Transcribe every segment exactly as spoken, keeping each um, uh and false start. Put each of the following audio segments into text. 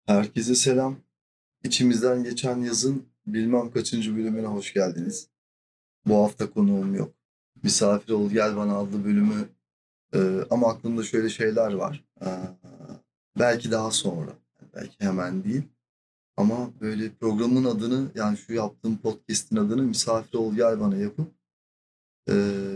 Herkese selam. İçimizden geçen yazın bilmem kaçıncı bölümüne hoş geldiniz. Bu hafta konuğum yok. Misafir ol gel bana adlı bölümü e, ama aklımda şöyle şeyler var. Ee, belki daha sonra, belki hemen değil. Ama böyle programın adını yani şu yaptığım podcast'in adını misafir ol gel bana yapıp e,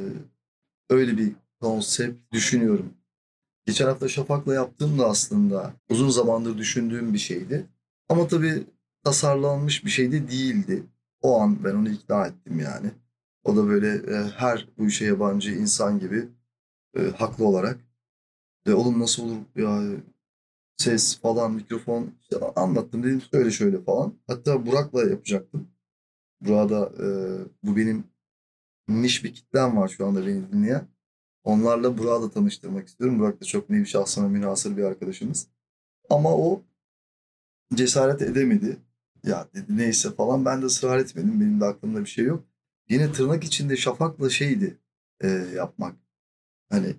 öyle bir konsept düşünüyorum. Geçen hafta Şafak'la yaptığım da aslında uzun zamandır düşündüğüm bir şeydi. Ama tabii tasarlanmış bir şey de değildi. O an ben onu ikna ettim yani. O da böyle e, her bu işe yabancı insan gibi e, haklı olarak. Ve oğlum nasıl olur ya ses falan mikrofon işte anlattım dedim şöyle şöyle falan. Hatta Burak'la yapacaktım. Burak'a da e, bu benim niş bir kitlem var şu anda beni dinleyen. Onlarla Burak'ı da tanıştırmak istiyorum. Burak da çok nevi şahsına münhasır bir arkadaşımız. Ama o cesaret edemedi. Ya dedi neyse falan ben de ısrar etmedim. Benim de aklımda bir şey yok. Yine tırnak içinde Şafak'la şeydi e, yapmak. Hani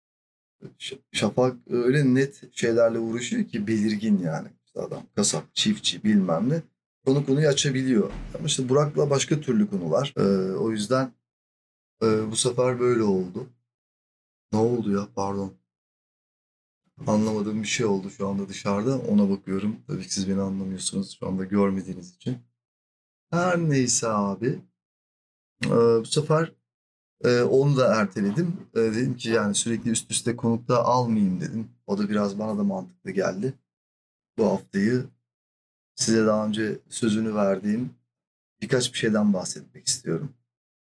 Ş- Şafak öyle net şeylerle uğraşıyor ki belirgin yani. İşte adam kasap, çiftçi bilmem ne. Konu konuyu açabiliyor. Ama işte Burak'la başka türlü konular. E, o yüzden e, bu sefer böyle oldu. Ne oldu ya pardon. Anlamadığım bir şey oldu şu anda dışarıda. Ona bakıyorum. Tabii ki siz beni anlamıyorsunuz şu anda görmediğiniz için. Her neyse abi. Ee, bu sefer e, onu da erteledim. Ee, dedim ki yani sürekli üst üste konuk da almayayım dedim. O da biraz bana da mantıklı geldi. Bu haftayı size daha önce sözünü verdiğim birkaç bir şeyden bahsetmek istiyorum.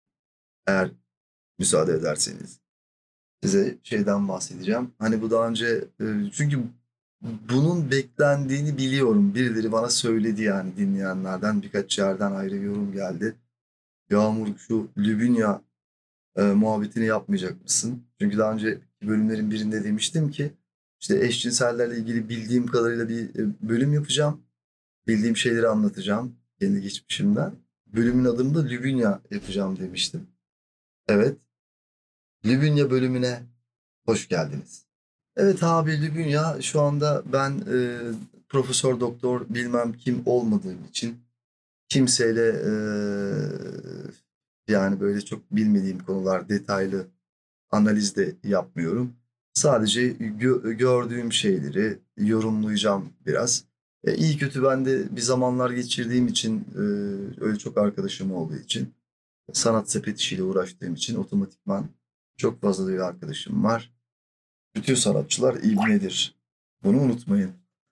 Eğer müsaade ederseniz. Size şeyden bahsedeceğim. Hani bu daha önce e, çünkü bunun beklendiğini biliyorum. Birileri bana söyledi yani dinleyenlerden birkaç yerden ayrı yorum geldi. Yağmur şu Lübünya e, muhabbetini yapmayacak mısın? Çünkü daha önceki bölümlerin birinde demiştim ki işte eşcinsellerle ilgili bildiğim kadarıyla bir e, bölüm yapacağım. Bildiğim şeyleri anlatacağım kendi geçmişimden. Bölümün adını da Lübünya yapacağım demiştim. Evet, Lübünya bölümüne hoş geldiniz. Evet abi Lübünya şu anda ben e, profesör doktor bilmem kim olmadığım için kimseyle e, yani böyle çok bilmediğim konular detaylı analiz de yapmıyorum. Sadece gö- gördüğüm şeyleri yorumlayacağım biraz. E, iyi kötü ben de bir zamanlar geçirdiğim için e, öyle çok arkadaşım olduğu için sanat sepet işiyle uğraştığım için otomatikman çok fazla da bir arkadaşım var. Bütün sanatçılar ibnedir. Bunu unutmayın.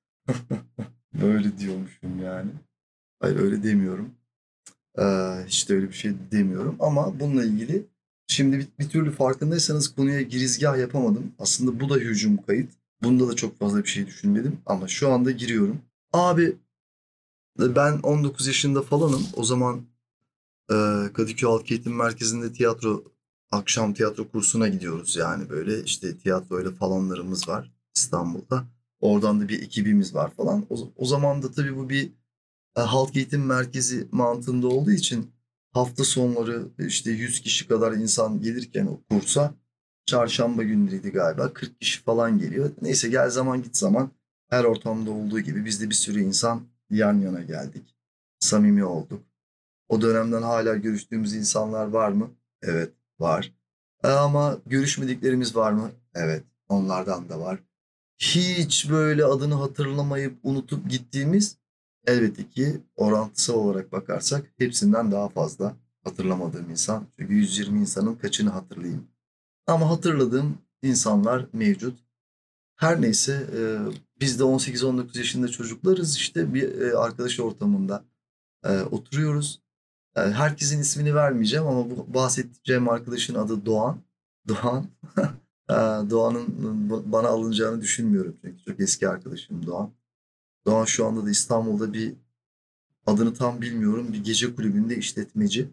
Böyle diyormuşum yani. Hayır öyle demiyorum. Ee, hiç de öyle bir şey demiyorum. Ama bununla ilgili şimdi bir, bir türlü farkındaysanız konuya girizgah yapamadım. Aslında bu da hücum kayıt. Bunda da çok fazla bir şey düşünmedim. Ama şu anda giriyorum. Abi ben on dokuz yaşında falanım. O zaman e, Kadıköy Halk Eğitim Merkezi'nde tiyatro, akşam tiyatro kursuna gidiyoruz. Yani böyle işte tiyatroyla falanlarımız var İstanbul'da. Oradan da bir ekibimiz var falan. O, o zaman da tabii bu bir e, halk eğitim merkezi mantığında olduğu için hafta sonları işte yüz kişi kadar insan gelirken o kursa çarşamba günleriydi galiba kırk kişi falan geliyor. Neyse gel zaman git zaman her ortamda olduğu gibi biz de bir sürü insan yan yana geldik. Samimi olduk. O dönemden hala görüştüğümüz insanlar var mı? Evet, var. E, ama görüşmediklerimiz var mı? Evet, onlardan da var. Hiç böyle adını hatırlamayıp unutup gittiğimiz elbette ki orantısal olarak bakarsak hepsinden daha fazla hatırlamadığım insan. Çünkü yüz yirmi insanın kaçını hatırlayayım. Ama hatırladığım insanlar mevcut. Her neyse e, biz de on sekiz on dokuz yaşında çocuklarız işte bir e, arkadaş ortamında e, oturuyoruz. E, herkesin ismini vermeyeceğim ama bu bahsedeceğim arkadaşın adı Doğan. Doğan. Ee, Doğan'ın bana alınacağını düşünmüyorum çünkü çok eski arkadaşım Doğan. Doğan şu anda da İstanbul'da bir adını tam bilmiyorum bir gece kulübünde işletmeci.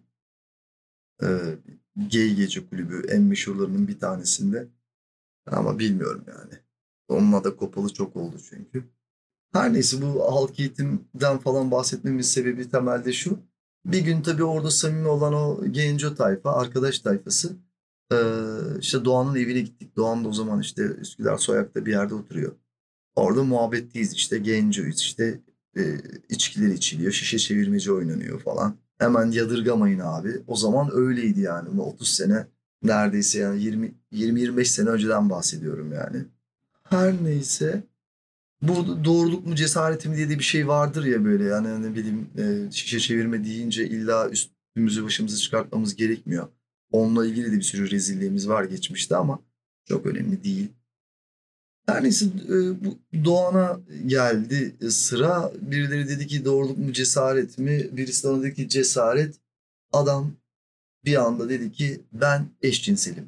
Ee, Gay gece kulübü en meşhurlarının bir tanesinde. Ama bilmiyorum yani. Onunla da kopalı çok oldu çünkü. Her neyse bu halk eğitimden falan bahsetmemin sebebi temelde şu. Bir gün tabii orada samimi olan o genco tayfa, arkadaş tayfası. Ee, işte Doğan'ın evine gittik. Doğan da o zaman işte Üsküdar Soyak'ta bir yerde oturuyor. Orada muhabbetteyiz işte, gencoyuz işte, e, içkiler içiliyor, şişe çevirmece oynanıyor falan. Hemen yadırgamayın abi. O zaman öyleydi yani. Bu otuz sene neredeyse, yani yirmi yirmi yirmi beş sene önceden bahsediyorum yani. Her neyse, bu doğruluk mu cesaret mi diye de bir şey vardır ya böyle, yani ne bileyim, e, şişe çevirme deyince illa üstümüzü başımızı çıkartmamız gerekmiyor. Onunla ilgili de bir sürü rezilliğimiz var geçmişte ama çok önemli değil. Her neyse, e, bu Doğan'a geldi e, sıra. Birileri dedi ki doğruluk mu cesaret mi? Birisi de ona dedi ki cesaret. Adam bir anda dedi ki ben eşcinselim.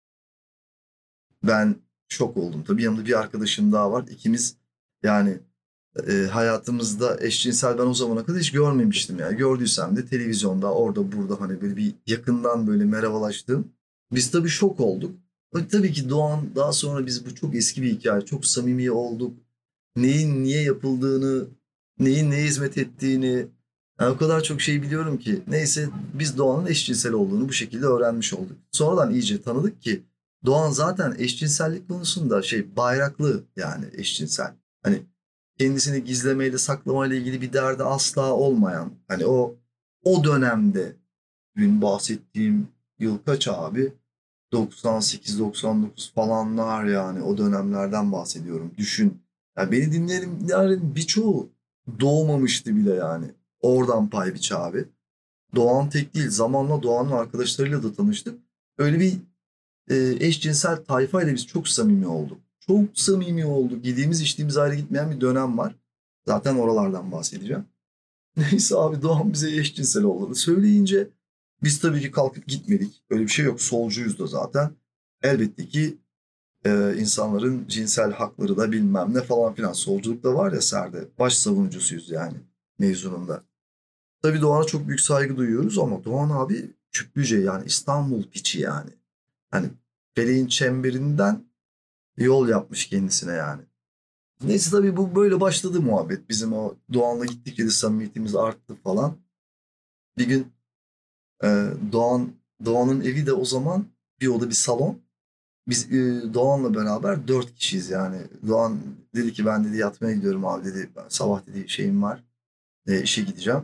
Ben şok oldum. Tabii yanımda bir arkadaşım daha var. İkimiz yani e, hayatımızda eşcinsel ben o zamana kadar hiç görmemiştim ya. Gördüysem de televizyonda, orada burada, hani böyle bir yakından böyle merhabalaştım. Biz tabii şok olduk. Tabii tabii ki Doğan daha sonra, biz, bu çok eski bir hikaye. Çok samimi olduk. Neyin niye yapıldığını, neyin neye hizmet ettiğini, yani o kadar çok şey biliyorum ki. Neyse, biz Doğan'ın eşcinsel olduğunu bu şekilde öğrenmiş olduk. Sonradan iyice tanıdık ki Doğan zaten eşcinsellik konusunda şey, bayraklı yani, eşcinsel. Hani kendisini gizlemeyle saklamayla ilgili bir derdi asla olmayan, hani o o dönemde, dün bahsettiğim yıl kaç abi? doksan sekiz doksan dokuz falanlar, yani o dönemlerden bahsediyorum. Düşün. Ya beni dinleyenlerin birçoğu doğmamıştı bile yani. Oradan pay biç abi. Doğan tek değil. Zamanla Doğan'ın arkadaşlarıyla da tanıştık. Öyle bir e, eşcinsel tayfayla biz çok samimi olduk. Çok samimi olduk. Yediğimiz içtiğimiz ayrı gitmeyen bir dönem var. Zaten oralardan bahsedeceğim. Neyse abi, Doğan bize eşcinsel olduğunu söyleyince biz tabii ki kalkıp gitmedik. Öyle bir şey yok. Solcuyuz da zaten. Elbette ki e, insanların cinsel hakları da bilmem ne falan filan. Solculuk da var ya Serde. Baş savunucusuyuz yani mezununda. Tabii Doğan'a çok büyük saygı duyuyoruz ama Doğan abi Küplüce, yani İstanbul piçi yani. Hani feleğin çemberinden yol yapmış kendisine yani. Neyse, tabii bu böyle başladı muhabbet. Bizim o Doğan'la gittikçe de samimiyetimiz arttı falan. Bir gün e, Doğan Doğan'ın evi de o zaman bir oda bir salon. Biz e, Doğan'la beraber dört kişiyiz yani. Doğan dedi ki ben dedi yatmaya gidiyorum abi dedi. Ben sabah dedi şeyim var. E, işe gideceğim.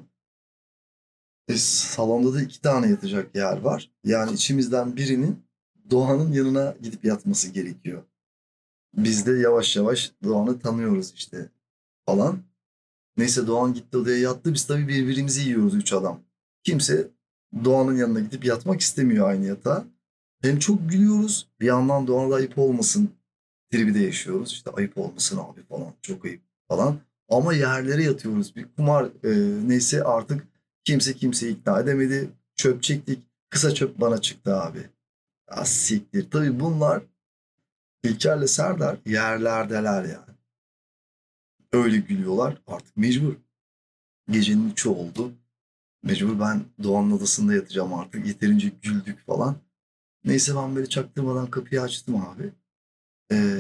E, salonda da iki tane yatacak yer var. Yani içimizden birinin Doğan'ın yanına gidip yatması gerekiyor. Biz de yavaş yavaş Doğan'ı tanıyoruz işte falan. Neyse, Doğan gitti odaya yattı. Biz tabii birbirimizi yiyoruz, üç adam. Kimse Doğan'ın yanına gidip yatmak istemiyor aynı yatağa. Hem çok gülüyoruz. Bir yandan Doğan'a da ayıp olmasın tribi de yaşıyoruz. İşte ayıp olmasın abi falan. Çok ayıp falan. Ama yerlere yatıyoruz. Bir kumar e, neyse artık, kimse kimseyi ikna edemedi. Çöp çektik. Kısa çöp bana çıktı abi. Az siktir. Tabii bunlar İlker'le Serdar yerlerdeler yani. Öyle gülüyorlar. Artık mecbur. Gecenin üçü oldu. Mecbur ben Doğan'ın odasında yatacağım artık. Yeterince güldük falan. Neyse, ben böyle çaktırmadan kapıyı açtım abi. Ee,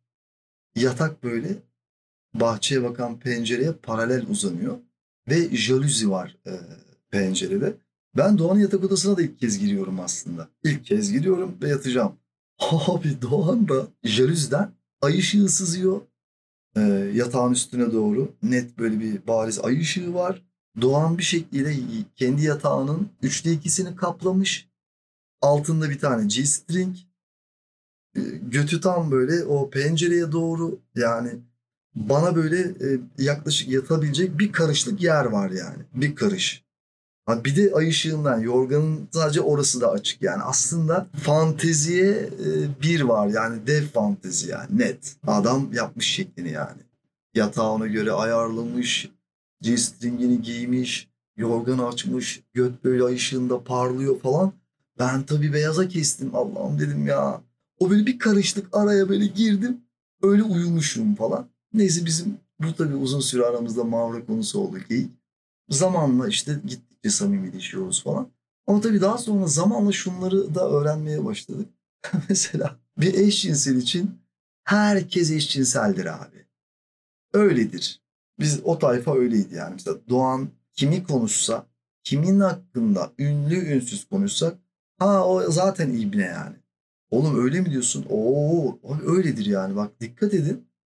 yatak böyle bahçeye bakan pencereye paralel uzanıyor. Ve jaluzi var e, pencerede. Ben Doğan'ın yatak odasına da ilk kez giriyorum aslında. İlk kez giriyorum ve yatacağım. Abi Doğan da jaluziden ay ışığı sızıyor. Ee, yatağın üstüne doğru net böyle bir bariz ay ışığı var. Doğan bir şekilde kendi yatağının üçte ikisini kaplamış. Altında bir tane G-string. Ee, götü tam böyle o pencereye doğru, yani bana böyle e, yaklaşık yatabilecek bir karışlık yer var yani. Bir karış. Ha, bir de ay ışığından yorganın sadece orası da açık yani. Aslında fanteziye e, bir var yani, dev fantezi yani, net. Adam yapmış şeklini yani. Yatağı ona göre ayarlamış, G-stringini giymiş, yorganı açmış, göt böyle ay ışığında parlıyor falan. Ben tabii beyaza kestim, Allah'ım dedim ya. O böyle bir karışlık araya böyle girdim, öyle uyumuşum falan. Neyse, bizim bu tabii uzun süre aramızda mavra konusu oldu ki zamanla işte gittikçe samimileşiyoruz falan. Ama tabii daha sonra zamanla şunları da öğrenmeye başladık. Mesela bir eşcinsel için herkes eşcinseldir abi. Öyledir. Biz o tayfa öyleydi yani. Mesela Doğan kimi konuşsa, kimin hakkında ünlü ünsüz konuşsak, ha o zaten ibne yani. Oğlum öyle mi diyorsun? Oo, öyledir yani, bak dikkat edin.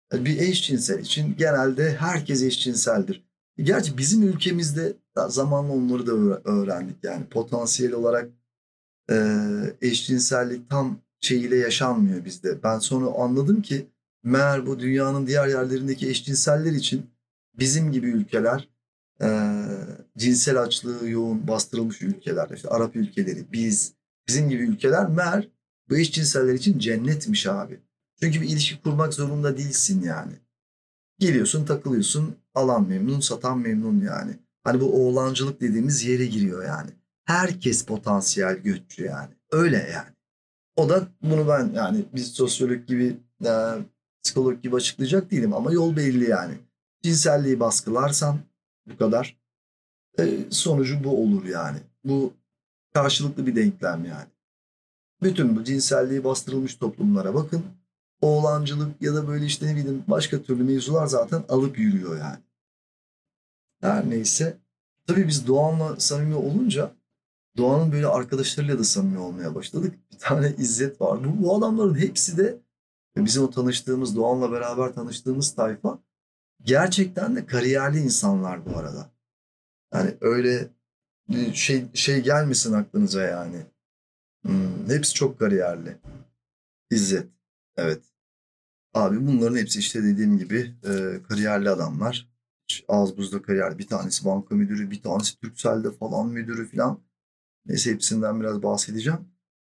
Bir eşcinsel için genelde herkes eşcinseldir. Gerçi bizim ülkemizde zamanla onları da öğrendik. Yani potansiyel olarak e, eşcinsellik tam şeyiyle yaşanmıyor bizde. Ben sonra anladım ki meğer bu dünyanın diğer yerlerindeki eşcinseller için bizim gibi ülkeler, e, cinsel açlığı yoğun bastırılmış ülkeler, işte Arap ülkeleri, biz, bizim gibi ülkeler meğer bu eşcinseller için cennetmiş abi. Çünkü bir ilişki kurmak zorunda değilsin yani. Geliyorsun, takılıyorsun, alan memnun, satan memnun yani. Hani bu oğlancılık dediğimiz yere giriyor yani. Herkes potansiyel göççü yani. Öyle yani. O da bunu ben yani biz sosyolog gibi, e, psikolog gibi açıklayacak değilim ama yol belli yani. Cinselliği baskılarsan bu kadar e, sonucu bu olur yani. Bu karşılıklı bir denklem yani. Bütün bu cinselliği bastırılmış toplumlara bakın. Oğlancılık ya da böyle işte ne bileyim başka türlü mevzular zaten alıp yürüyor yani. Her neyse. Tabii biz Doğan'la samimi olunca Doğan'ın böyle arkadaşlarıyla da samimi olmaya başladık. Bir tane İzzet var. Bu, bu adamların hepsi de bizim o tanıştığımız Doğan'la beraber tanıştığımız tayfa gerçekten de kariyerli insanlar bu arada. Yani öyle şey şey gelmesin aklınıza yani. Hmm, hepsi çok kariyerli. İzzet. Evet. Abi bunların hepsi işte dediğim gibi e, kariyerli adamlar. Hiç ağız buzda kariyer. Bir tanesi banka müdürü, bir tanesi Turkcell'de falan müdürü falan. Neyse hepsinden biraz bahsedeceğim.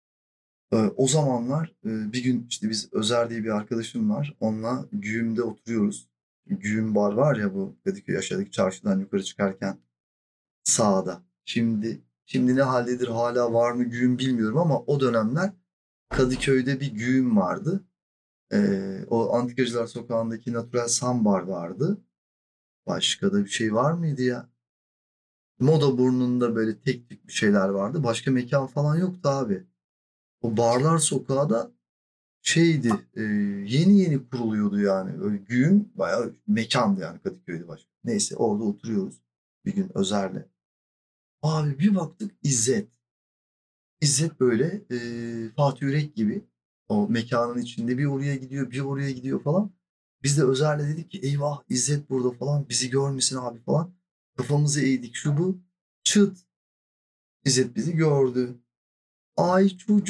E, o zamanlar e, bir gün işte biz Özer diye bir arkadaşım var. Onunla Güğüm'de oturuyoruz. Güğüm bar var ya bu Kadıköy aşağıdaki çarşıdan yukarı çıkarken sağda. Şimdi şimdi ne haldedir hala var mı Güğüm bilmiyorum ama o dönemler Kadıköy'de bir Güğüm vardı. Ee, o Antikacılar Sokağı'ndaki Natural Sambar vardı. Başka da bir şey var mıydı ya? Moda burnunda böyle tek tük bir şeyler vardı. Başka mekan falan yoktu abi. O Barlar Sokağı da şeydi, e, yeni yeni kuruluyordu yani. Öyle güğüm bayağı mekandı yani Kadıköy'de başka. Neyse orada oturuyoruz bir gün Özer'le. Abi bir baktık İzzet. İzzet böyle e, Fatih Yürek gibi o mekanın içinde bir oraya gidiyor bir oraya gidiyor falan. Biz de Özer'le dedik ki eyvah İzzet burada falan bizi görmesin abi falan. Kafamızı eğdik şu bu. Çıt İzzet bizi gördü. Ay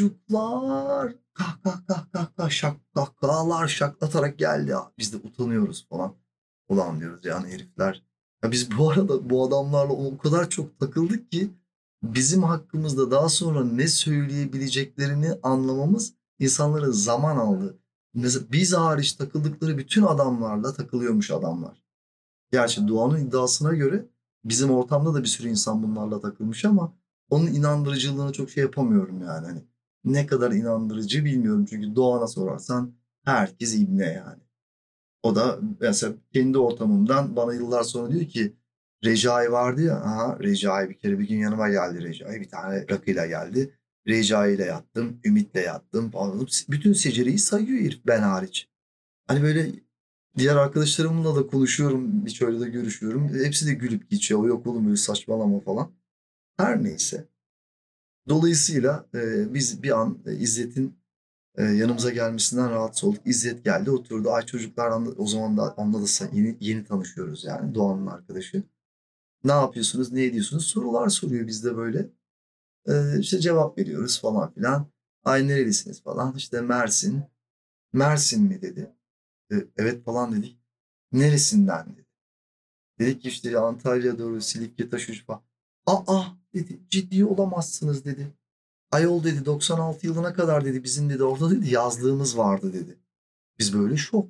çocuklar. Kah kah kah kah kah şak kahkahalar şaklatarak geldi. Biz de utanıyoruz falan. Ulan diyoruz yani herifler. Ya biz bu arada bu adamlarla o kadar çok takıldık ki bizim hakkımızda daha sonra ne söyleyebileceklerini anlamamız insanlara zaman aldı. Mesela biz hariç takıldıkları bütün adamlarla takılıyormuş adamlar. Gerçi Doğan'ın iddiasına göre bizim ortamda da bir sürü insan bunlarla takılmış ama onun inandırıcılığını çok şey yapamıyorum yani. Hani ne kadar inandırıcı bilmiyorum çünkü Doğan'a sorarsan herkes ibne yani. O da mesela kendi ortamımdan bana yıllar sonra diyor ki Recai vardı ya. Aha, Recai bir kere bir gün yanıma geldi Recai. Bir tane rakıyla geldi. Recai ile yattım. Ümit'le yattım. Falan. Bütün secereyi sayıyor herif ben hariç. Hani böyle diğer arkadaşlarımla da konuşuyorum. Hiç öyle de görüşüyorum. Hepsi de gülüp geçiyor. O yok oğlum böyle saçmalama falan. Her neyse. Dolayısıyla e, biz bir an e, İzzet'in e, yanımıza gelmesinden rahatsız olduk. İzzet geldi oturdu. Ay çocuklar anla- o zaman da onunla da sa- yeni, yeni tanışıyoruz yani Doğan'ın arkadaşı. Ne yapıyorsunuz, ne ediyorsunuz? Sorular soruyor bizde böyle. E, işte cevap veriyoruz falan filan. Ay nerelisiniz falan. İşte Mersin. Mersin mi dedi. E, evet falan dedik. Neresinden dedi. Dedik ki işte Antalya doğru Silifke Taşucu falan. Aa dedi ciddi olamazsınız dedi. Ayol dedi doksan altı yılına kadar dedi bizim dedi orada dedi yazlığımız vardı dedi. Biz böyle şok.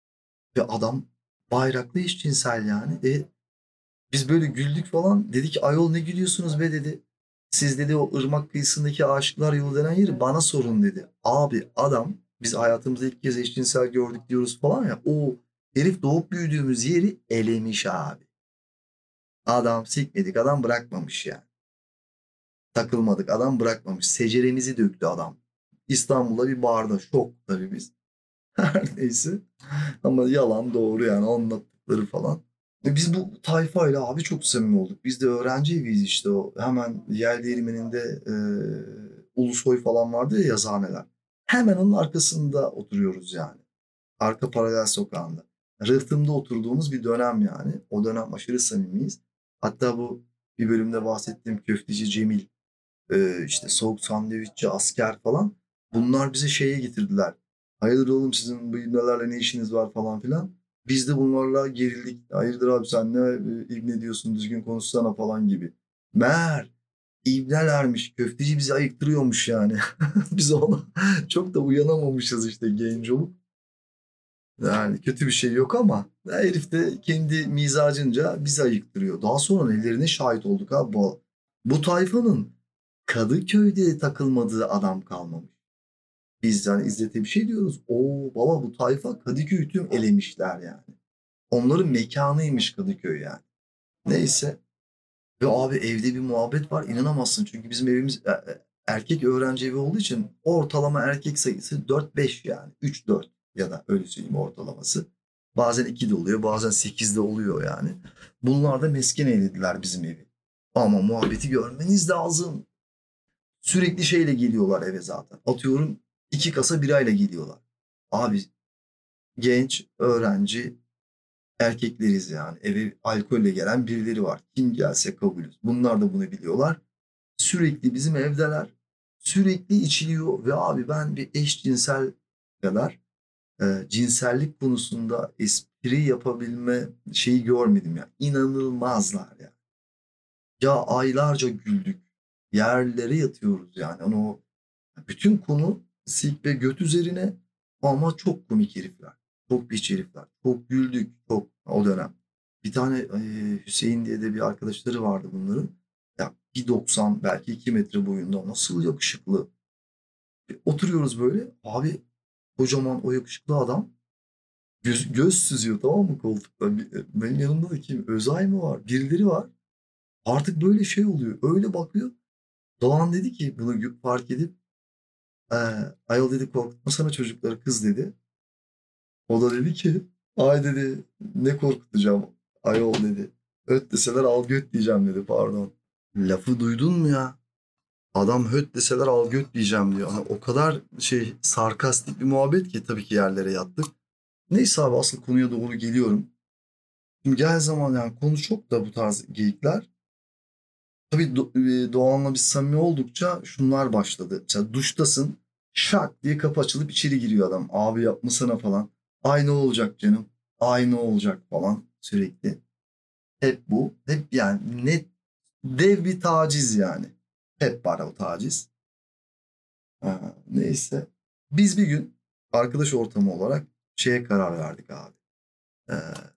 Ve adam bayraklı eşcinsel yani. E, biz böyle güldük falan. Dedi ki ayol ne gülüyorsunuz be dedi. Siz dedi o ırmak kıyısındaki aşıklar yolu denen yeri bana sorun dedi. Abi adam biz hayatımızda ilk kez eşcinsel gördük diyoruz falan ya. O herif doğup büyüdüğümüz yeri elemiş abi. Adam sikmedik adam bırakmamış yani. Takılmadık adam bırakmamış. Seceremizi döktü adam. İstanbul'da bir barda şok tabii biz. Her neyse. Ama yalan doğru yani anlattıkları falan. E biz bu tayfayla abi çok samimi olduk. Biz de öğrenci eviyiz işte o. Hemen yer değirmeninde e, Ulusoy falan vardı ya yazıhaneler. Hemen onun arkasında oturuyoruz yani. Arka paralel sokağında. rıhtımda oturduğumuz bir dönem yani. O dönem aşırı samimiyiz. Hatta bu bir bölümde bahsettiğim köfteci Cemil, e, işte soğuk sandviççi asker falan. Bunlar bize şeye getirdiler. Hayırdır oğlum sizin bu ibnelerle ne işiniz var falan filan. Biz de bunlarla gerildik. Hayırdır abi sen ne e, ibne diyorsun düzgün konuşsana falan gibi. Meğer ibnelermiş. Köfteci bizi ayıktırıyormuş yani. Biz ona çok da uyanamamışız işte genç olup. Yani kötü bir şey yok ama herif de kendi mizacınca bizi ayıktırıyor. Daha sonra nelerine şahit olduk abi. Bu, bu tayfanın Kadıköy'de takılmadığı adam kalmamış. Biz yani İzzet'e bir şey diyoruz. Oo baba bu tayfa Kadıköy'ü tüm elemişler yani. Onların mekanıymış Kadıköy yani. Neyse. Ve abi evde bir muhabbet var inanamazsın. Çünkü bizim evimiz e- e, erkek öğrenci evi olduğu için ortalama erkek sayısı dört beş yani. üç dört ya da öyle söyleyeyim ortalaması. Bazen iki de oluyor bazen sekiz de oluyor yani. Bunlar da mesken eylediler bizim evi. Ama muhabbeti görmeniz lazım. Sürekli şeyle geliyorlar eve zaten. Atıyorum iki kasa birayla geliyorlar. Abi genç öğrenci erkekleriz yani. Eve alkolle gelen birileri var. Kim gelse kabulüz. Bunlar da bunu biliyorlar. Sürekli bizim evdeler. Sürekli içiliyor ve abi ben bir eşcinsel kadar e, cinsellik konusunda espri yapabilme şeyi görmedim ya. İnanılmazlar ya. Ya aylarca güldük. Yerlere yatıyoruz yani. Hani o bütün konu sik ve göt üzerine ama çok komik herifler. Çok piç herifler. Çok güldük. Çok o dönem. Bir tane e, Hüseyin diye de bir arkadaşları vardı bunların. Ya bir doksan belki iki metre boyunda nasıl yakışıklı. E, Oturuyoruz böyle. Abi kocaman o yakışıklı adam göz, göz süzüyor tamam mı koltukta. Bir- e, Benim yanımda da kim? Özay mı var? Birileri var. Artık böyle şey oluyor. Öyle bakıyor. Doğan dedi ki bunu gö- fark edip Ee, ayol dedi korkutmasana çocukları kız dedi. O da dedi ki ay dedi ne korkutacağım ayol dedi. Öt deseler al göt diyeceğim dedi pardon. Lafı duydun mu ya? Adam höt deseler al göt diyeceğim diyor. Hani o kadar şey sarkastik bir muhabbet ki tabii ki yerlere yattık. Neyse abi asıl konuya doğru geliyorum. Şimdi gel zaman yani konu çok da bu tarz geyikler. Tabii Do- e, Doğan'la biz samimi oldukça şunlar başladı. Mesela duştasın şak diye kapı açılıp içeri giriyor adam. Abi yapmasana falan. Ay ne olacak canım? Ay ne olacak falan sürekli. Hep bu. Hep yani net dev bir taciz yani. Hep var o taciz. Ha, neyse. Biz bir gün arkadaş ortamı olarak şeye karar verdik abi. Ee,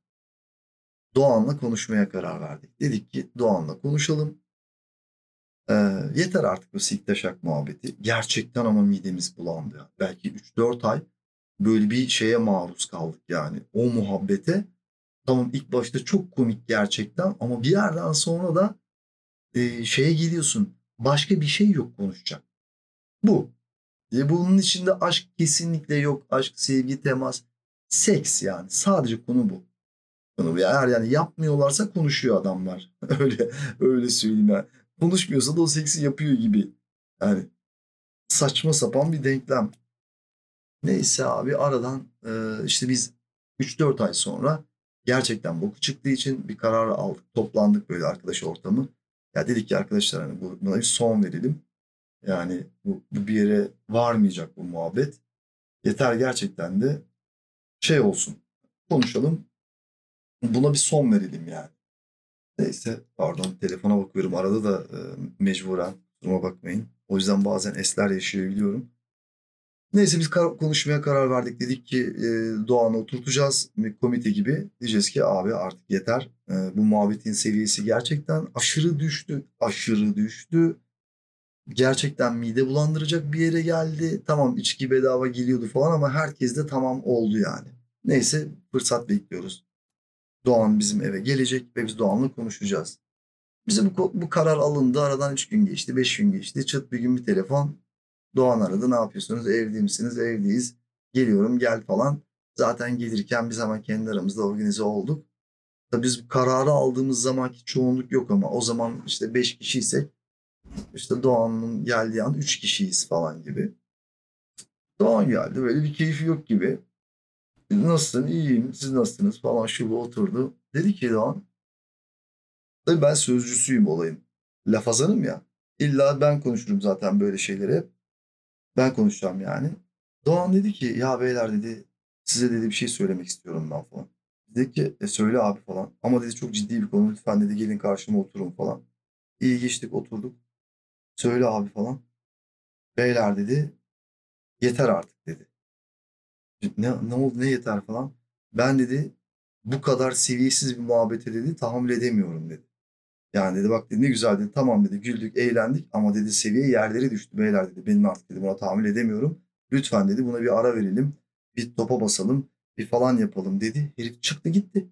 Doğan'la konuşmaya karar verdik. Dedik ki Doğan'la konuşalım. Ee, yeter artık bu siktaşak muhabbeti. Gerçekten ama midemiz bulandı. Ya. Belki üç dört ay böyle bir şeye maruz kaldık yani. O muhabbete. Tamam ilk başta çok komik gerçekten ama bir yerden sonra da e, şeye geliyorsun. Başka bir şey yok konuşacak. Bu. E, bunun içinde aşk kesinlikle yok. Aşk, sevgi, temas. Seks yani. Sadece konu bu. Konu eğer yani yapmıyorlarsa konuşuyor adamlar. Öyle öyle söyleyeyim yani. Konuşmuyorsa da o seksi yapıyor gibi. Yani saçma sapan bir denklem. Neyse abi aradan e, işte biz üç dört ay sonra gerçekten boku çıktığı için bir karar aldık. Toplandık böyle arkadaş ortamı. Ya dedik ki arkadaşlar hani bu- buna bir son verelim. Yani bu, bu bir yere varmayacak bu muhabbet. Yeter gerçekten de şey olsun. Konuşalım. Buna bir son verelim yani. Neyse pardon telefona bakıyorum. Arada da e, mecburen duruma bakmayın. O yüzden bazen esler yaşayabiliyorum. Neyse biz kar- konuşmaya karar verdik. Dedik ki e, Doğan'ı oturtacağız bir komite gibi. Diyeceğiz ki abi artık yeter. E, bu muhabbetin seviyesi gerçekten aşırı düştü. Aşırı düştü. Gerçekten mide bulandıracak bir yere geldi. Tamam içki bedava geliyordu falan ama herkes de tamam oldu yani. Neyse fırsat bekliyoruz. Doğan bizim eve gelecek ve biz Doğan'la konuşacağız. Bize bu, bu karar alındı. Aradan üç gün geçti, beş gün geçti. Çıt bir gün bir telefon. Doğan aradı. Ne yapıyorsunuz? Evde misiniz? Evdeyiz. Geliyorum gel falan. Zaten gelirken biz hemen kendi aramızda organize olduk. Tabii biz bu kararı aldığımız zamanki çoğunluk yok ama o zaman işte beş kişiysek işte Doğan'ın geldiği an üç kişiyiz falan gibi. Doğan geldi. Böyle bir keyfi yok gibi. Nasılsın? İyiyim. Siz nasılsınız? Falan şu bu oturdu. Dedi ki Doğan, tabii ben sözcüsüyüm olayın. Laf azanım ya. İlla ben konuşurum zaten böyle şeyleri hep. Ben konuşacağım yani. Doğan dedi ki ya beyler dedi size dedi bir şey söylemek istiyorum ben falan. Dedi ki e, söyle abi falan. Ama dedi çok ciddi bir konu lütfen dedi gelin karşıma oturun falan. İyi geçtik oturduk. Söyle abi falan. Beyler dedi yeter artık dedi. Ne, ne oldu ne yeter falan. Ben dedi bu kadar seviyesiz bir muhabbete dedi tahammül edemiyorum dedi. Yani dedi bak dedi ne güzel dedi. Tamam dedi güldük eğlendik ama dedi seviye yerlere düştü beyler dedi. Benim artık dedi buna tahammül edemiyorum. Lütfen dedi buna bir ara verelim. Bir topa basalım. Bir falan yapalım dedi. Herif çıktı gitti.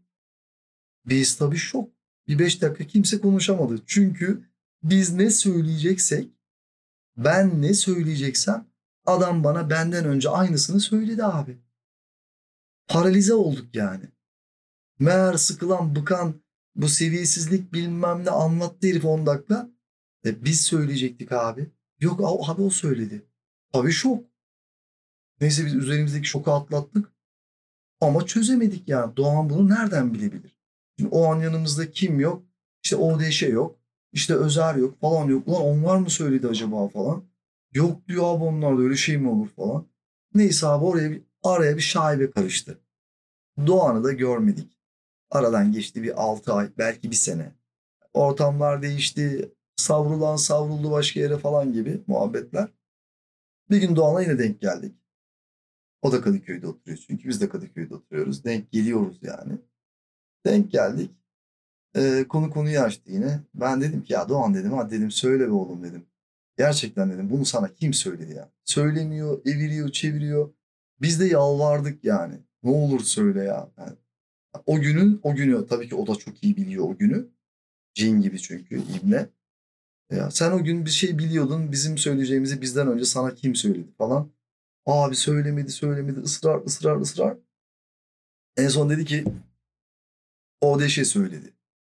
Biz tabii şok. Bir beş dakika kimse konuşamadı. Çünkü biz ne söyleyeceksek ben ne söyleyeceksem adam bana benden önce aynısını söyledi abi. Paralize olduk yani. Meğer sıkılan, bıkan bu seviyesizlik bilmem ne anlattı herif on dakika. E biz söyleyecektik abi. Yok abi o söyledi. Tabii şok. Neyse biz üzerimizdeki şoku atlattık. Ama çözemedik yani. Doğan bunu nereden bilebilir? Şimdi o an yanımızda kim yok? İşte O D Ş yok. İşte Özer yok falan yok. Ulan onlar mı söyledi acaba falan. Yok diyor abi onlarda öyle şey mi olur falan. Neyse abi oraya bir, araya bir şaibe karıştı. Doğan'ı da görmedik. Aradan geçti bir altı ay belki bir sene. Ortamlar değişti. Savrulan savruldu başka yere falan gibi muhabbetler. Bir gün Doğan'a yine denk geldik. O da Kadıköy'de oturuyor çünkü biz de Kadıköy'de oturuyoruz. Denk geliyoruz yani. Denk geldik. Ee, konu konuyu açtı yine. Ben dedim ki ya Doğan dedim ha dedim söyle be oğlum dedim. Gerçekten dedim bunu sana kim söyledi ya? Söylemiyor, eviriyor, çeviriyor. Biz de yalvardık yani. Ne olur söyle ya. Yani o günün o günü tabii ki o da çok iyi biliyor o günü. Cin gibi çünkü İbne. Ya sen o gün bir şey biliyordun. Bizim söyleyeceğimizi bizden önce sana kim söyledi falan. Abi söylemedi söylemedi ısrar ısrar ısrar. En son dedi ki O D Ş söyledi.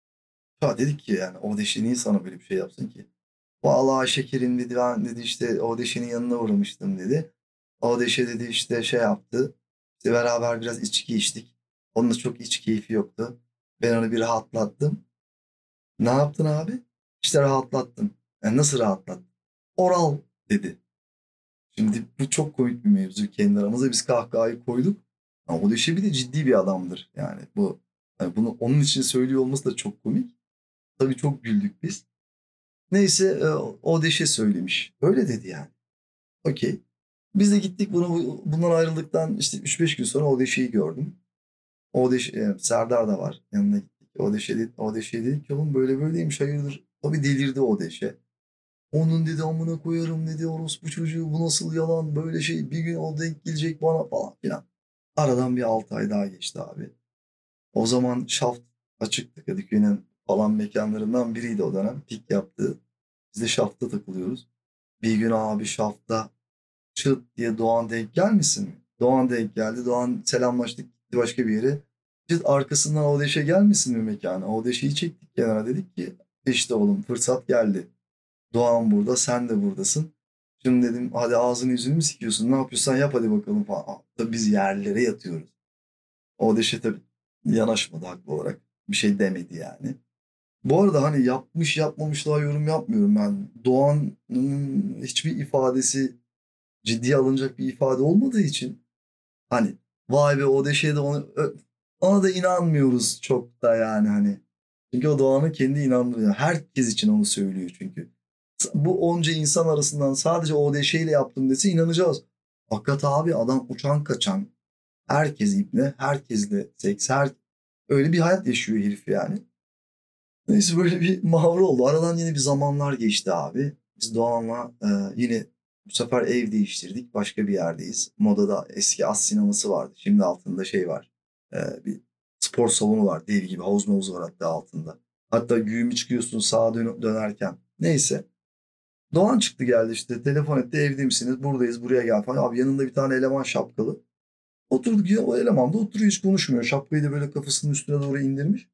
Ya dedik ki yani O D Ş niye sana böyle bir şey yapsın ki? Vallahi şekerim dedi ben dedi işte O D Ş'nin yanına uğramıştım dedi. O D Ş dedi işte şey yaptı. İşte beraber biraz içki içtik. Onun da çok iç keyfi yoktu. Ben onu bir rahatlattım. Ne yaptın abi? İşte rahatlattım. Yani nasıl rahatlattın? Oral dedi. Şimdi bu çok komik bir mevzu kendi aramızda. Biz kahkahayı koyduk. Ama o Deşe bir de ciddi bir adamdır. Yani bu yani bunu onun için söylüyor olması da çok komik. Tabii çok güldük biz. Neyse e, o Deşe söylemiş. Öyle dedi yani. Okey. Biz de gittik bunu bundan ayrıldıktan işte üç beş gün sonra o Deşe'yi gördüm. O Deşe, e, Serdar da var. Yanına gittik. O Deşe dedi, o Deşe dedi ki oğlum böyle böyleymiş hayırdır. Tabii delirdi o Deşe. Onun dedi amına koyarım dedi orospu çocuğu bu nasıl yalan böyle şey bir gün o denk gelecek bana falan filan. Aradan bir altı ay daha geçti abi. O zaman Şaft açıktı Kadıköy'ün falan mekanlarından biriydi o dönem. Pik yaptı. Biz de Şaft'ta takılıyoruz. Bir gün abi Şaft'ta çıt diye Doğan denk gelmesin mi? Doğan denk geldi. Doğan selamlaştık gitti başka bir yere. Çıt arkasından Odeş'e gelmesin mi mekana? Odeş'i çektik kenara dedik ki işte oğlum fırsat geldi. Doğan burada, sen de buradasın. Şimdi dedim hadi ağzını yüzünü mü sikiyorsun? Ne yapıyorsan yap hadi bakalım falan. Aa, tabii biz yerlere yatıyoruz. O da işte tabii yanaşmadı haklı olarak. Bir şey demedi yani. Bu arada hani yapmış yapmamışlığa yorum yapmıyorum ben. Doğan'ın hiçbir ifadesi ciddiye alınacak bir ifade olmadığı için hani vay be o deşeye de onu ö- ona da inanmıyoruz çok da yani hani. Çünkü o Doğan'ın kendi inandırıyor. Herkes için onu söylüyor çünkü. Bu onca insan arasından sadece O D Ş ile yaptım dese inanacağız. Fakat abi adam uçan kaçan. Herkes ibne, herkesle seks, her... öyle bir hayat yaşıyor herif yani. Neyse böyle bir mavra oldu. Aradan yine bir zamanlar geçti abi. Biz Doğan'la e, yine bu sefer ev değiştirdik. Başka bir yerdeyiz. Moda'da eski As sineması vardı. Şimdi altında şey var. E, bir spor salonu var. Dev gibi havuz mavuz var hatta altında. Hatta güğümü çıkıyorsun sağa dön dönerken. Neyse. Doğan çıktı geldi işte. Telefon etti evde misiniz? Buradayız buraya gel falan. Abi yanında bir tane eleman şapkalı. Oturduk ya o eleman da oturuyor hiç konuşmuyor. Şapkayı da böyle kafasının üstüne doğru indirmiş.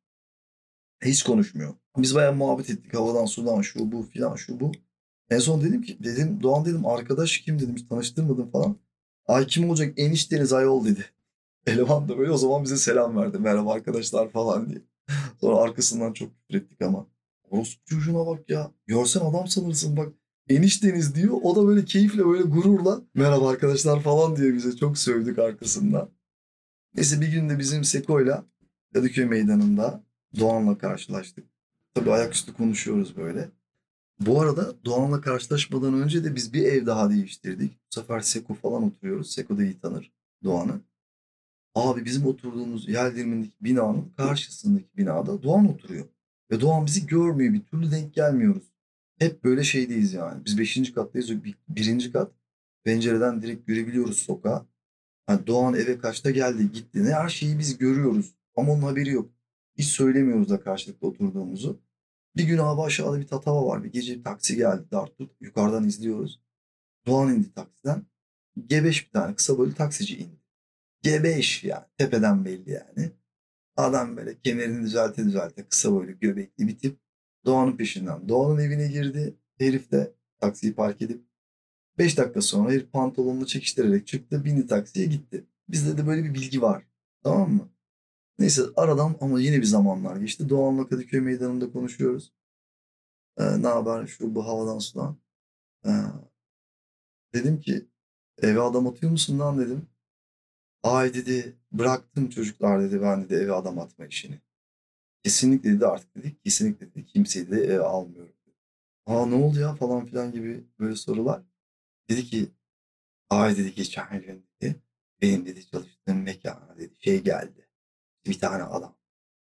Hiç konuşmuyor. Biz bayağı muhabbet ettik. Havadan sudan şu bu filan şu bu. En son dedim ki dedim Doğan dedim arkadaş kim dedim hiç tanıştırmadım falan. Ay kim olacak enişteniz ayol dedi. Eleman da böyle o zaman bize selam verdi. Merhaba arkadaşlar falan diye. Sonra arkasından çok küfür ettik ama. Orospu çocuğuna bak ya. Görsen adam sanırsın bak. Enişteniz diyor. O da böyle keyifle böyle gururla merhaba arkadaşlar falan diye bize çok sövdük arkasından. Neyse bir gün de bizim Seko'yla Kadıköy Meydanı'nda Doğan'la karşılaştık. Tabii ayaküstü konuşuyoruz böyle. Bu arada Doğan'la karşılaşmadan önce de biz bir ev daha değiştirdik. Bu sefer Seko falan oturuyoruz. Seko da iyi tanır Doğan'ı. Abi bizim oturduğumuz yer dilimindeki binanın karşısındaki binada Doğan oturuyor. Ve Doğan bizi görmüyor. Bir türlü denk gelmiyoruz. Hep böyle şeydeyiz yani. Biz beşinci kattayız. o bir- Birinci kat. Pencereden direkt görebiliyoruz sokağı. Ha, Doğan eve kaçta geldi gitti. Ne her şeyi biz görüyoruz. Ama onun haberi yok. Hiç söylemiyoruz da karşılıklı oturduğumuzu. Bir gün abi aşağıda bir tatava var. Bir gece bir taksi geldi. Dart tut. Yukarıdan izliyoruz. Doğan indi taksiden. Gebeş bir tane kısa boylu taksici indi. Gebeş yani. Tepeden belli yani. Adam böyle kemerini düzelte düzelte kısa boylu göbekli bir tip. Doğan'ın peşinden. Doğan'ın evine girdi. Herif de taksiyi park edip beş dakika sonra herif pantolonunu çekiştirerek çıktı. Bindi taksiye gitti. Bizde de böyle bir bilgi var. Tamam mı? Neyse aradan ama yine bir zamanlar geçti. Doğan'la Kadıköy Meydanı'nda konuşuyoruz. Ee, ne haber şu bu havadan sudan. Ee, dedim ki eve adam atıyor musun lan dedim. Ay dedi bıraktım çocuklar dedi ben dedi eve adam atma işini. Kesinlikle dedi artık dedik. Kesinlikle dedi kimseyi de eve almıyorum. Aa ne oldu ya falan filan gibi böyle sorular. Dedi ki ay dedi geçen gün dedi benim dedi çalıştığım mekana dedi şey geldi. Bir tane adam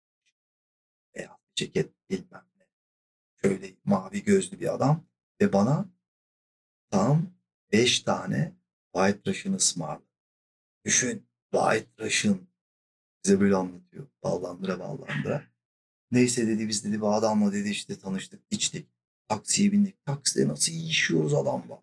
beyaz bir ceket bilmem ne. Şöyle mavi gözlü bir adam ve bana tam beş tane White Russian ısmarladı. Düşün White Russian bize böyle anlatıyor. Ballandıra ballandıra. Neyse dedi biz dedi bu adamla dedi işte tanıştık içtik. Taksiye bindik. Takside nasıl yiyişiyoruz adamla.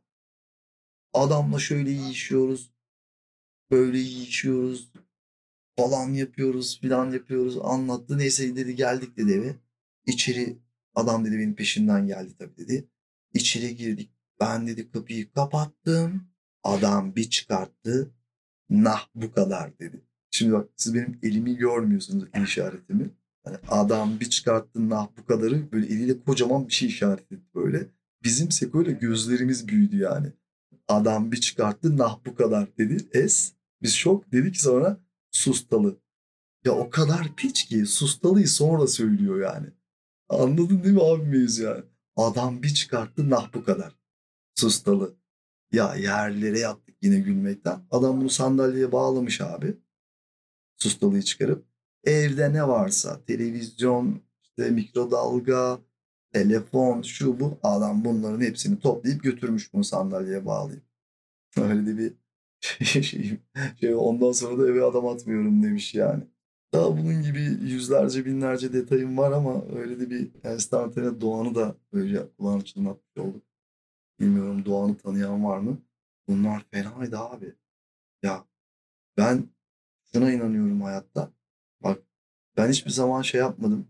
Adamla şöyle yiyişiyoruz. Böyle yiyişiyoruz. Falan yapıyoruz filan yapıyoruz. Anlattı. Neyse dedi geldik dedi eve. İçeri adam dedi benim peşimden geldi tabii dedi. İçeri girdik. Ben dedi kapıyı kapattım. Adam bir çıkarttı. Nah bu kadar dedi. Şimdi bak siz benim elimi görmüyorsunuz el işaretimi. Hani adam bir çıkarttı nah bu kadarı böyle eliyle kocaman bir şey işaret etti böyle. Bizim Seko'yla gözlerimiz büyüdü yani. Adam bir çıkarttı nah bu kadar dedi. Es. Biz şok dedik sonra sustalı. Ya o kadar piç ki sustalıyı sonra söylüyor yani. Anladın değil mi abi mevzu yani? Adam bir çıkarttı nah bu kadar. Sustalı. Ya yerlere yattık yine gülmekten. Adam bunu sandalyeye bağlamış abi. Sustalıyı çıkarıp. Evde ne varsa televizyon, işte mikrodalga, telefon, şu bu. Adam bunların hepsini toplayıp götürmüş bunu sandalyeye bağlayıp. Öyle de bir şey, şey, şey ondan sonra da eve adam atmıyorum demiş yani. Daha bunun gibi yüzlerce binlerce detayım var ama öyle de bir enstantane Doğan'ı da böyle kulağını çınlatmış olduk. Bilmiyorum Doğan'ı tanıyan var mı? Bunlar fenaydı abi. Ya ben şuna inanıyorum hayatta. Bak ben hiçbir zaman şey yapmadım.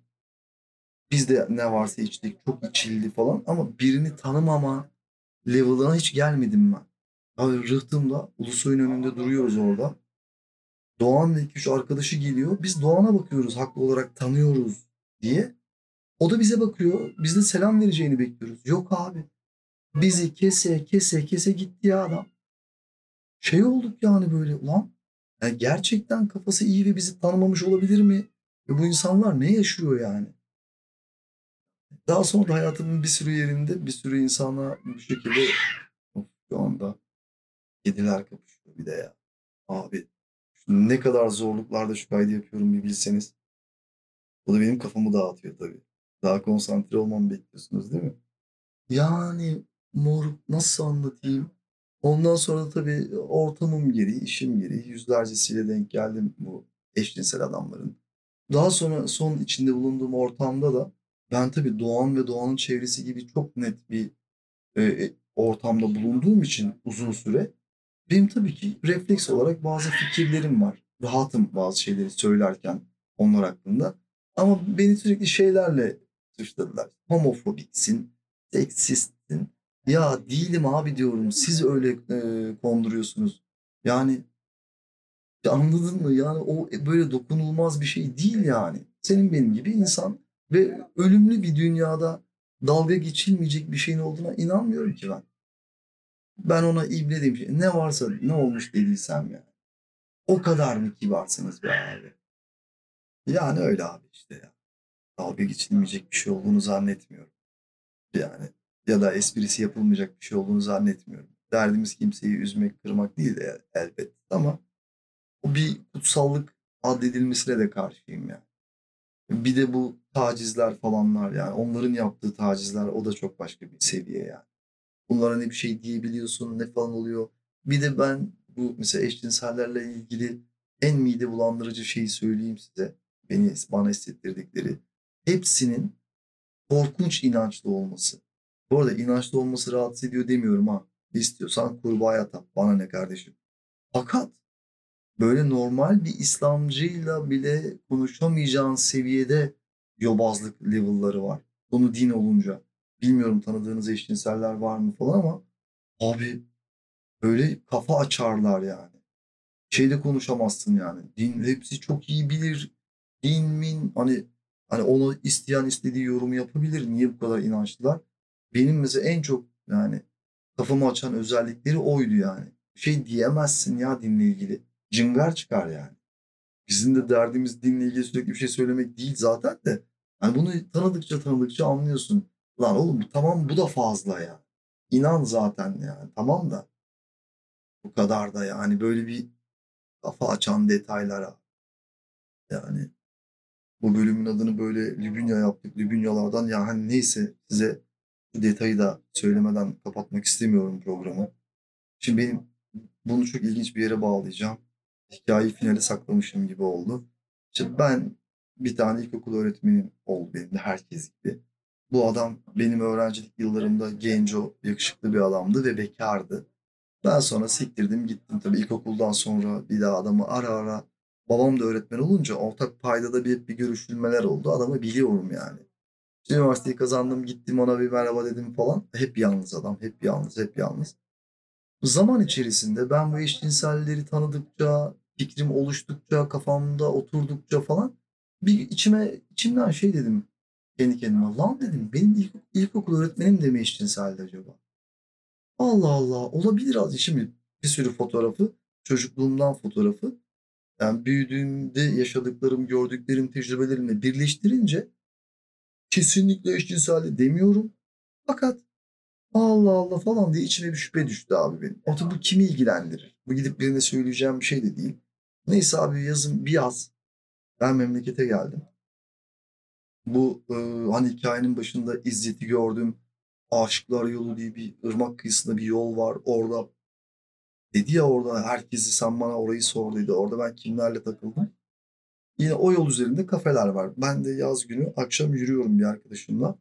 Bizde ne varsa içtik çok içildi falan ama birini tanımama level'ına hiç gelmedim ben. Abi rıhtımda Ulusoy'un önünde duruyoruz orada. Doğan ve iki üç arkadaşı geliyor. Biz Doğan'a bakıyoruz haklı olarak tanıyoruz diye. O da bize bakıyor. Biz de selam vereceğini bekliyoruz. Yok abi. Bizi kese kese kese gitti ya adam. Şey olduk yani böyle ulan. Yani gerçekten kafası iyi ve bizi tanımamış olabilir mi? Ve bu insanlar ne yaşıyor yani? Daha sonra da hayatımın bir sürü yerinde bir sürü insana bu şekilde of, şu anda kediler kapışıyor bir de ya. Abi ne kadar zorluklarda şu kaydı yapıyorum bir bilseniz. Bu da benim kafamı dağıtıyor tabii. Daha konsantre olmamı bekliyorsunuz değil mi? Yani moruk nasıl anlatayım? Ondan sonra da tabii ortamım gereği, işim gereği yüzlercesiyle denk geldim bu eşcinsel adamların. Daha sonra son içinde bulunduğum ortamda da ben tabii Doğan ve Doğan'ın çevresi gibi çok net bir e, e, ortamda bulunduğum için uzun süre benim tabii ki refleks olarak bazı fikirlerim var. Rahatım bazı şeyleri söylerken onlar hakkında. Ama beni sürekli şeylerle suçladılar. Homofobiksin, seksistsin. Ya değilim abi diyorum. Siz öyle e, konduruyorsunuz. Yani Ya, anladın mı? Yani o e, böyle dokunulmaz bir şey değil yani. Senin benim gibi insan ve ölümlü bir dünyada dalga geçilmeyecek bir şeyin olduğuna inanmıyorum ki ben. Ben ona ibne demişim. Ne varsa ne olmuş dediysem ya. O kadar mı kibarsınız be abi? Yani öyle abi işte ya. Dalga geçilmeyecek bir şey olduğunu zannetmiyorum. Yani ya da esprisi yapılmayacak bir şey olduğunu zannetmiyorum. Derdimiz kimseyi üzmek, kırmak değil de elbet ama o bir kutsallık addedilmesine de karşıyım yani. Bir de bu tacizler falanlar yani onların yaptığı tacizler o da çok başka bir seviye yani. Bunlara ne bir şey diyebiliyorsun ne falan oluyor. Bir de ben bu mesela eşcinsellerle ilgili en mide bulandırıcı şeyi söyleyeyim size. Beni bana hissettirdikleri. Hepsinin korkunç inançlı olması. Bu arada inançlı olması rahatsız ediyor demiyorum ha. İstiyorsan kurbağaya tap. Bana ne kardeşim. Fakat böyle normal bir İslamcıyla bile konuşamayacağın seviyede yobazlık level'ları var. Konu din olunca. Bilmiyorum tanıdığınız eşcinseller var mı falan ama abi böyle kafa açarlar yani. Şeyde konuşamazsın yani. Din hepsi çok iyi bilir. Din min hani hani onu isteyen istediği yorumu yapabilir. Niye bu kadar inançlılar? Benim mesela en çok yani kafamı açan özellikleri oydu yani. Şey diyemezsin ya dinle ilgili. Cıngar çıkar yani. Bizim de derdimiz dinle ilgili sürekli bir şey söylemek değil zaten de. Hani bunu tanıdıkça tanıdıkça anlıyorsun. Lan oğlum tamam bu da fazla ya. İnan zaten yani tamam da bu kadar da yani böyle bir kafa açan detaylara yani bu bölümün adını böyle Lübünya yaptık. Lübünyalardan ya hani neyse size bu detayı da söylemeden kapatmak istemiyorum programı. Şimdi benim bunu çok ilginç bir yere bağlayacağım. Hikayeyi finale saklamışım gibi oldu. İşte ben bir tane ilkokul öğretmenim oldu benim de herkes gibi. Bu adam benim öğrencilik yıllarımda genco, yakışıklı bir adamdı ve bekardı. Ben sonra siktirdim gittim tabii ilkokuldan sonra bir daha adamı ara ara babam da öğretmen olunca ortak paydada bir, bir görüşülmeler oldu. Adamı biliyorum yani. İşte üniversiteyi kazandım gittim ona bir merhaba dedim falan. Hep yalnız adam, hep yalnız, hep yalnız. Zaman içerisinde ben bu eşcinselleri tanıdıkça, fikrim oluştukça, kafamda oturdukça falan bir içime içimden şey dedim kendi kendime. Lan dedim benim ilk, ilkokul öğretmenim de mi eşcinseldi acaba? Allah Allah olabilir az. Şimdi bir sürü fotoğrafı, çocukluğumdan fotoğrafı. Yani büyüdüğümde yaşadıklarım, gördüklerim, tecrübelerimle birleştirince kesinlikle eşcinseldi demiyorum. Fakat Allah Allah falan diye içime bir şüphe düştü abi benim. Otur bu kimi ilgilendirir? Bu gidip birine söyleyeceğim bir şey de değil. Neyse abi yazın bir yaz. Ben memlekete geldim. Bu e, hani hikayenin başında İzzet'i gördüm. Aşıklar Yolu diye bir ırmak kıyısında bir yol var. Orada dedi ya orada herkesi sen bana orayı sor dedi. Orada ben kimlerle takıldım. Yine o yol üzerinde kafeler var. Ben de yaz günü akşam yürüyorum bir arkadaşımla.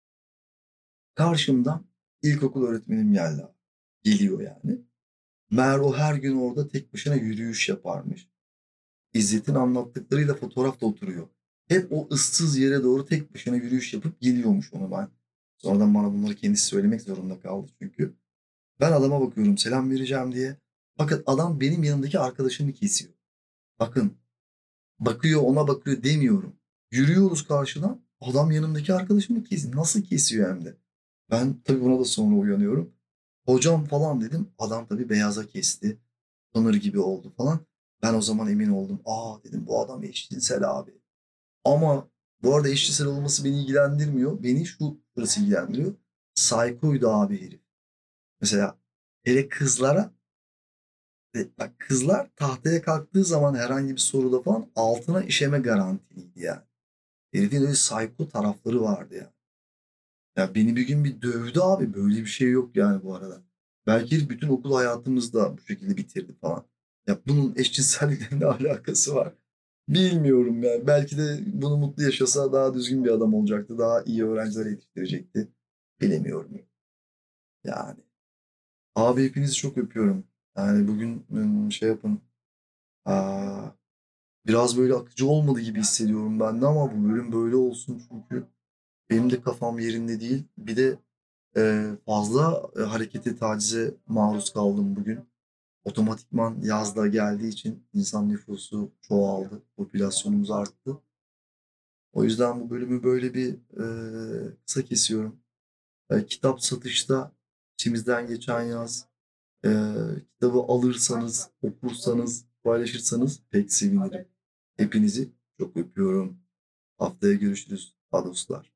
Karşımdan ilkokul öğretmenim geldi. Geliyor yani. Meğer o her gün orada tek başına yürüyüş yaparmış. İzzet'in anlattıklarıyla fotoğrafta oturuyor. Hep o ıssız yere doğru tek başına yürüyüş yapıp geliyormuş onu ben. Sonradan bana bunları kendisi söylemek zorunda kaldı çünkü. Ben adama bakıyorum selam vereceğim diye. Fakat adam benim yanımdaki arkadaşımı kesiyor. Bakın bakıyor ona bakıyor demiyorum. Yürüyoruz karşıdan. Adam yanımdaki arkadaşımı kesiyor. Nasıl kesiyor hem de. Ben tabii buna da sonra uyanıyorum. Hocam falan dedim. Adam tabii beyaza kesti. Tanır gibi oldu falan. Ben o zaman emin oldum. Aa dedim bu adam eşcinsel abi. Ama bu arada eşcinsel olması beni ilgilendirmiyor. Beni şu burası ilgilendiriyor. Psycho'ydu abi herif. Mesela hele kızlara e, bak kızlar tahtaya kalktığı zaman herhangi bir soruda falan altına işeme garantiliydi yani. Herifin öyle psycho tarafları vardı ya. Ya beni bir gün bir dövdü abi. Böyle bir şey yok yani bu arada. Belki herif bütün okul hayatımızda bu şekilde bitirdi falan. Ya bunun eşcinsellikle ne alakası var? Bilmiyorum yani. Belki de bunu mutlu yaşasa daha düzgün bir adam olacaktı. Daha iyi öğrenciler yetiştirecekti. Bilemiyorum yani. Abi hepinizi çok öpüyorum. Yani bugün ım, şey yapın. Aa, biraz böyle akıcı olmadı gibi hissediyorum ben de ama bu bölüm böyle olsun çünkü benim de kafam yerinde değil. Bir de e, fazla e, harekete, tacize maruz kaldım bugün. Otomatikman yaz da geldiği için insan nüfusu çoğaldı, popülasyonumuz arttı. O yüzden bu bölümü böyle bir eee, kısa kesiyorum. Eee, kitap satışta içimizden geçen yaz eee, kitabı alırsanız, okursanız, paylaşırsanız pek sevinirim. Hepinizi çok öpüyorum. Haftaya görüşürüz. Adoslar.